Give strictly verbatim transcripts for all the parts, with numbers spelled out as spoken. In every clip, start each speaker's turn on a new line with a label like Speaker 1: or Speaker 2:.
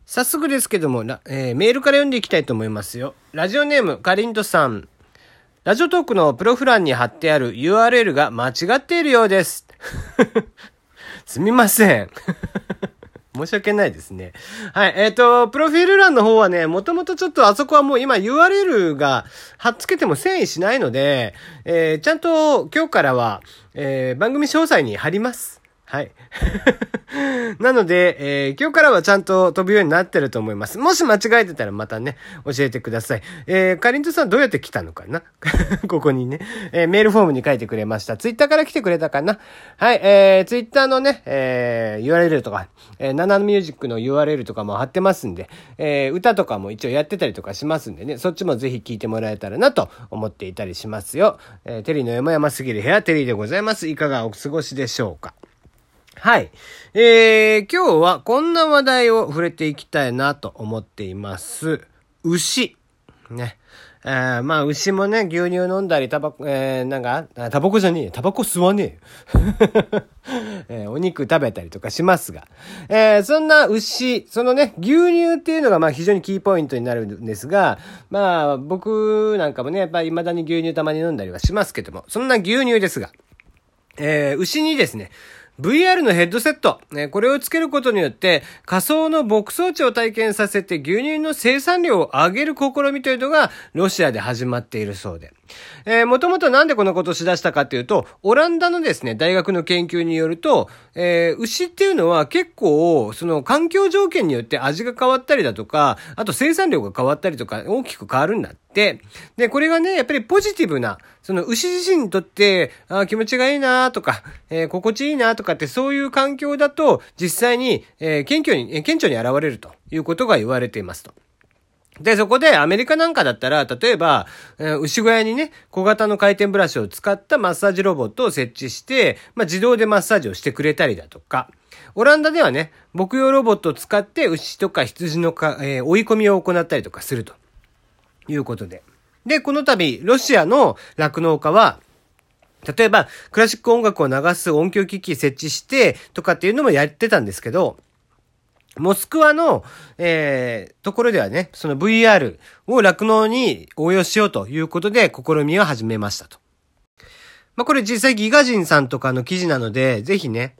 Speaker 1: 早速ですけども、えー、メールから読んでいきたいと思いますよ。ラジオネームかりんとさん。ラジオトークのプロフ欄に貼ってある ユーアールエル が間違っているようです。すみません。申し訳ないですね。はい。えっと、プロフィール欄の方はね、もともとちょっとあそこはもう今 ユーアールエル が貼っつけても遷移しないので、えー、ちゃんと今日からは、えー、番組詳細に貼ります。はい。なので、えー、今日からはちゃんと飛ぶようになってると思います。もし間違えてたらまたね、教えてください。えー、かりんとさんどうやって来たのかなここにね、えー、メールフォームに書いてくれました。ツイッターから来てくれたかな。はい、えー、ツイッターのね、えー、ユーアールエル とか、えー、ナナミュージックの ユーアールエル とかも貼ってますんで、えー、歌とかも一応やってたりとかしますんでね、そっちもぜひ聞いてもらえたらなと思っていたりしますよ。えー、テリーの山々すぎる部屋、テリーでございます。いかがお過ごしでしょうか。はい。えー、今日はこんな話題を触れていきたいなと思っています。牛。ね。えー、まあ、牛もね、牛乳飲んだり、タバコ、えー、なんか、タバコじゃねえ。タバコ吸わねえ。えー、お肉食べたりとかしますが。えー、そんな牛、そのね、牛乳っていうのがまあ非常にキーポイントになるんですが、まあ、僕なんかもね、やっぱり未だに牛乳たまに飲んだりはしますけども、そんな牛乳ですが、えー、牛にですね、ブイアール のヘッドセット、ね、これをつけることによって仮想の牧草地を体験させて牛乳の生産量を上げる試みというのがロシアで始まっているそうで、えー、もともとなんでこのことをしだしたかっていうと、オランダのですね大学の研究によると、えー、牛っていうのは結構その環境条件によって味が変わったりだとか、あと生産量が変わったりとか大きく変わるんだって。でこれがねやっぱりポジティブな、その牛自身にとってあ気持ちがいいなとか、えー、心地いいなとかってそういう環境だと実際に、えー、顕著に、えー、顕著に現れるということが言われていますと。で、そこでアメリカなんかだったら、例えば、えー、牛小屋にね、小型の回転ブラシを使ったマッサージロボットを設置して、まあ、自動でマッサージをしてくれたりだとか、オランダではね、牧羊ロボットを使って牛とか羊のか、えー、追い込みを行ったりとかするということで。で、この度、ロシアの酪農家は、例えば、クラシック音楽を流す音響機器設置して、とかっていうのもやってたんですけど、モスクワの、えー、ところではね、その ブイアール を酪農に応用しようということで試みを始めましたと。まあ、これ実際ギガ人さんとかの記事なので、ぜひね、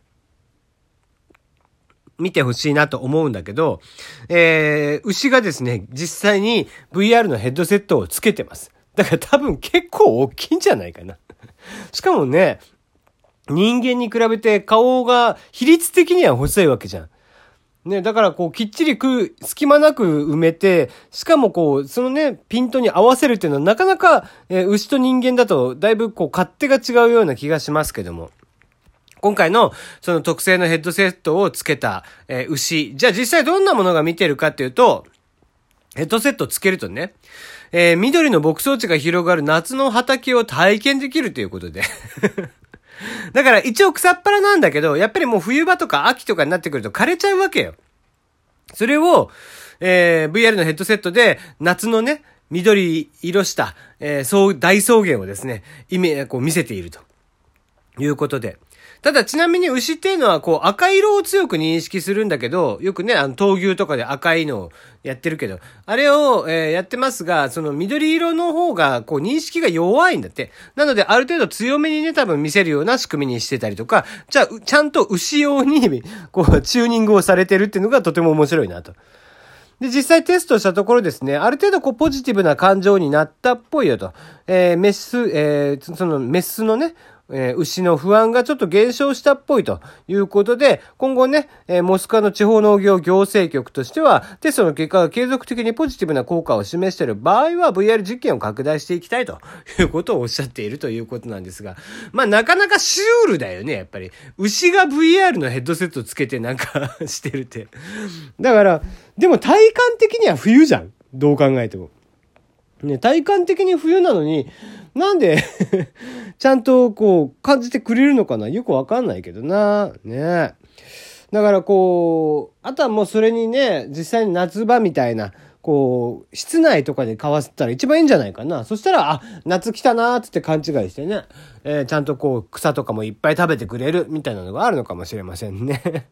Speaker 1: 見てほしいなと思うんだけど、えー、牛がですね、実際に ブイアール のヘッドセットをつけてます。だから多分結構大きいんじゃないかな。しかもね、人間に比べて顔が比率的には細いわけじゃん。ね、だからこうきっちりく、隙間なく埋めて、しかもこう、そのね、ピントに合わせるっていうのはなかなか、えー、牛と人間だとだいぶこう勝手が違うような気がしますけども。今回のその特製のヘッドセットをつけた、えー、牛。じゃあ実際どんなものが見てるかっていうと、ヘッドセットつけるとね、えー、緑の牧草地が広がる夏の畑を体験できるということで。だから一応草っぱらなんだけど、やっぱりもう冬場とか秋とかになってくると枯れちゃうわけよ。それを、えー、ブイアール のヘッドセットで夏のね、緑色した、えー、そう大草原をですね、意味、こう見せているということで。ただちなみに牛っていうのはこう赤色を強く認識するんだけど、よくね、あの闘牛とかで赤いのをやってるけど、あれを、えー、やってますが、その緑色の方がこう認識が弱いんだって。なのである程度強めにね、多分見せるような仕組みにしてたりとか、じゃあちゃんと牛用にこうチューニングをされてるっていうのがとても面白いなと。で、実際テストしたところですね、ある程度こうポジティブな感情になったっぽいよと。えー、メス、えー、そのメスのね、えー、牛の不安がちょっと減少したっぽいということで、今後ね、えー、モスクワの地方農業行政局としては、テストの結果が継続的にポジティブな効果を示している場合は ブイアール 実験を拡大していきたいということをおっしゃっているということなんですが、まあなかなかシュールだよね、やっぱり。牛が ブイアール のヘッドセットつけてなんかしてるって。だから、でも体感的には冬じゃん。どう考えても。ね、体感的に冬なのに、なんでちゃんとこう感じてくれるのかな、よくわかんないけどな。ね。だからこう、あとはもうそれにね、実際に夏場みたいな、こう、室内とかで買わせたら一番いいんじゃないかな。そしたら、あ、夏来たなーって勘違いしてね、えー、ちゃんとこう草とかもいっぱい食べてくれるみたいなのがあるのかもしれませんね。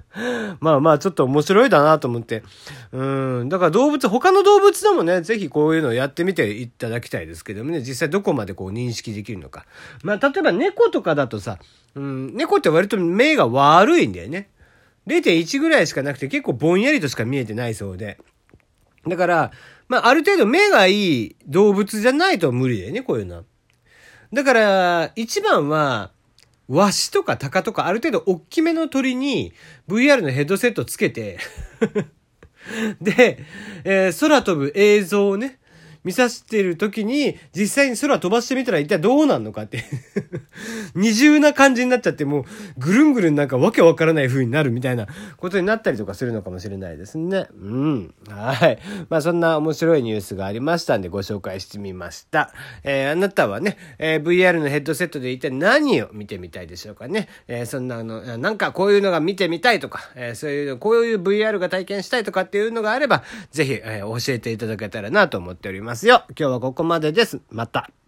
Speaker 1: まあまあちょっと面白いだなと思って。うん。だから動物、他の動物でもね、ぜひこういうのをやってみていただきたいですけどもね、実際どこまでこう認識できるのか。まあ例えば猫とかだとさ、うん、猫って割と目が悪いんだよね。れいてんいち ぐらいしかなくて結構ぼんやりとしか見えてないそうで。だから、まあある程度目がいい動物じゃないと無理だよね、こういうのは。だから、一番は、ワシとかタカとかある程度大きめの鳥に ブイアール のヘッドセットつけてで、えー、空飛ぶ映像をね、見させてる時に実際に空飛ばしてみたら一体どうなんのかって二重な感じになっちゃってもうぐるんぐるんなんかわけわからない風になるみたいなことになったりとかするのかもしれないですね。うん。はい。まあそんな面白いニュースがありましたんでご紹介してみました。えー、あなたはね、えー、ブイアール のヘッドセットで一体何を見てみたいでしょうかね。えー、そんなあの、なんかこういうのが見てみたいとか、えー、そういう、こういう ブイアール が体験したいとかっていうのがあれば、ぜひ、えー、教えていただけたらなと思っておりますよ。今日はここまでです。また。